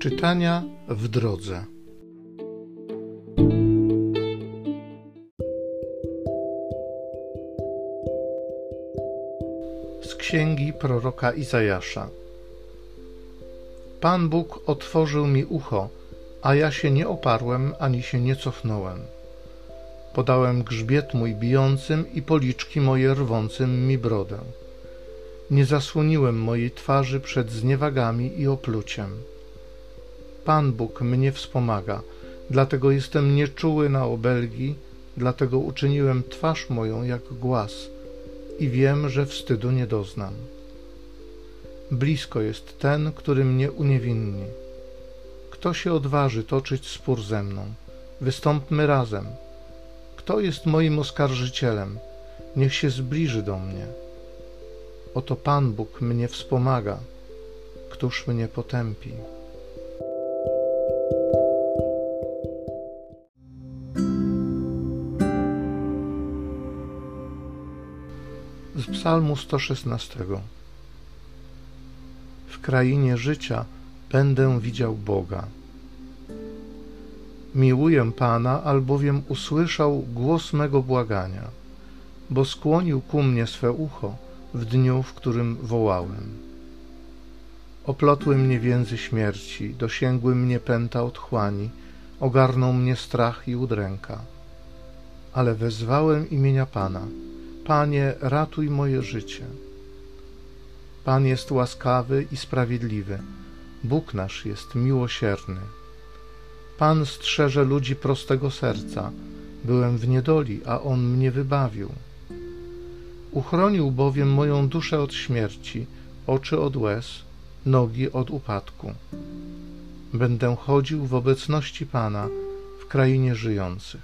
Czytania w drodze. Z księgi proroka Izajasza. Pan Bóg otworzył mi ucho, a ja się nie oparłem, ani się nie cofnąłem. Podałem grzbiet mój bijącym i policzki moje rwącym mi brodę. Nie zasłoniłem mojej twarzy przed zniewagami i opluciem. Pan Bóg mnie wspomaga, dlatego jestem nieczuły na obelgi, dlatego uczyniłem twarz moją jak głaz i wiem, że wstydu nie doznam. Blisko jest ten, który mnie uniewinni. Kto się odważy toczyć spór ze mną? Wystąpmy razem. Kto jest moim oskarżycielem? Niech się zbliży do mnie. Oto Pan Bóg mnie wspomaga. Któż mnie potępi? Z Psalmu 116. W krainie życia będę widział Boga. Miłuję Pana, albowiem usłyszał głos mego błagania, bo skłonił ku mnie swe ucho w dniu, w którym wołałem. Oplotły mnie więzy śmierci, dosięgły mnie pęta otchłani, ogarnął mnie strach i udręka. Ale wezwałem imienia Pana. Panie, ratuj moje życie. Pan jest łaskawy i sprawiedliwy. Bóg nasz jest miłosierny. Pan strzeże ludzi prostego serca. Byłem w niedoli, a On mnie wybawił. Uchronił bowiem moją duszę od śmierci, oczy od łez, nogi od upadku. Będę chodził w obecności Pana w krainie żyjących.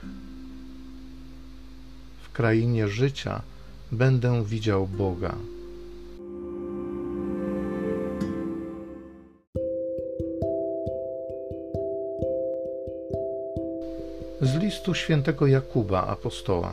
W krainie życia będę widział Boga. Z listu świętego Jakuba, apostoła.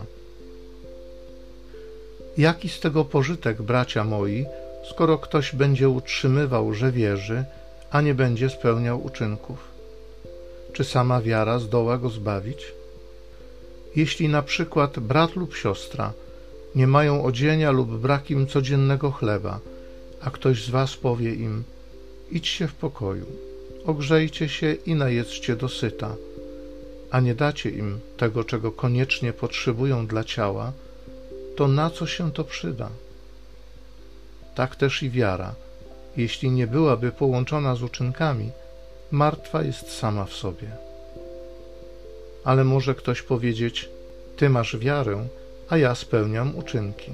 Jaki z tego pożytek, bracia moi, skoro ktoś będzie utrzymywał, że wierzy, a nie będzie spełniał uczynków? Czy sama wiara zdoła go zbawić? Jeśli na przykład brat lub siostra nie mają odzienia lub brak im codziennego chleba, a ktoś z was powie im: idźcie w pokoju, ogrzejcie się i najedzcie dosyta, a nie dacie im tego, czego koniecznie potrzebują dla ciała, to na co się to przyda? Tak też i wiara, jeśli nie byłaby połączona z uczynkami, martwa jest sama w sobie. Ale może ktoś powiedzieć: ty masz wiarę, a ja spełniam uczynki.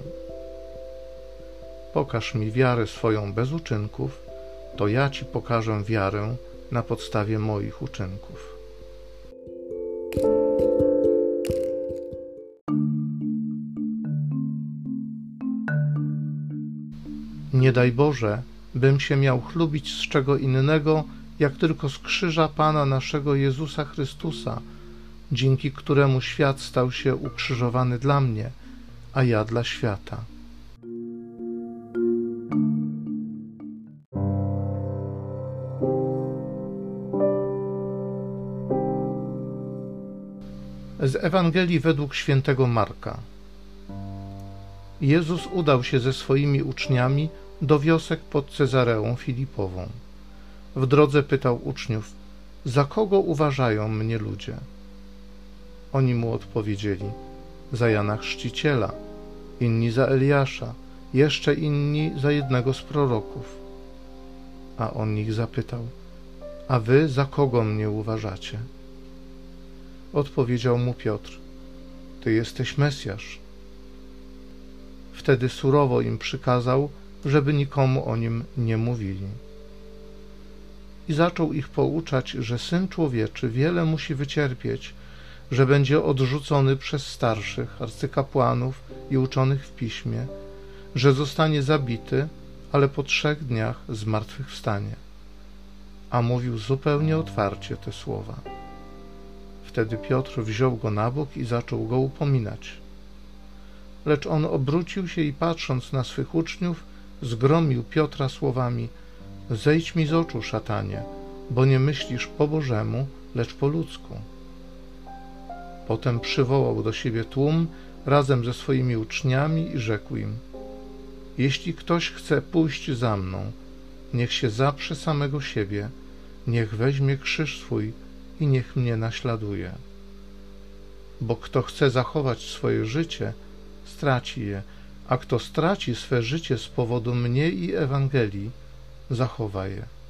Pokaż mi wiarę swoją bez uczynków, to ja ci pokażę wiarę na podstawie moich uczynków. Nie daj Boże, bym się miał chlubić z czego innego, jak tylko z krzyża Pana naszego Jezusa Chrystusa, dzięki któremu świat stał się ukrzyżowany dla mnie, a ja dla świata. Z Ewangelii według świętego Marka. Jezus udał się ze swoimi uczniami do wiosek pod Cezareą Filipową. W drodze pytał uczniów: za kogo uważają mnie ludzie? Oni mu odpowiedzieli: za Jana Chrzciciela, inni za Eliasza, jeszcze inni za jednego z proroków. A on ich zapytał: a wy za kogo mnie uważacie? Odpowiedział mu Piotr: ty jesteś Mesjasz. Wtedy surowo im przykazał, żeby nikomu o nim nie mówili. I zaczął ich pouczać, że Syn Człowieczy wiele musi wycierpieć, że będzie odrzucony przez starszych, arcykapłanów i uczonych w piśmie, że zostanie zabity, ale po 3 dniach zmartwychwstanie. A mówił zupełnie otwarcie te słowa. Wtedy Piotr wziął go na bok i zaczął go upominać. Lecz on obrócił się i patrząc na swych uczniów, zgromił Piotra słowami: zejdź mi z oczu, szatanie, bo nie myślisz po Bożemu, lecz po ludzku. Potem przywołał do siebie tłum razem ze swoimi uczniami i rzekł im: jeśli ktoś chce pójść za mną, niech się zaprze samego siebie, niech weźmie krzyż swój i niech mnie naśladuje. Bo kto chce zachować swoje życie, straci je, a kto straci swe życie z powodu mnie i Ewangelii, zachowa je.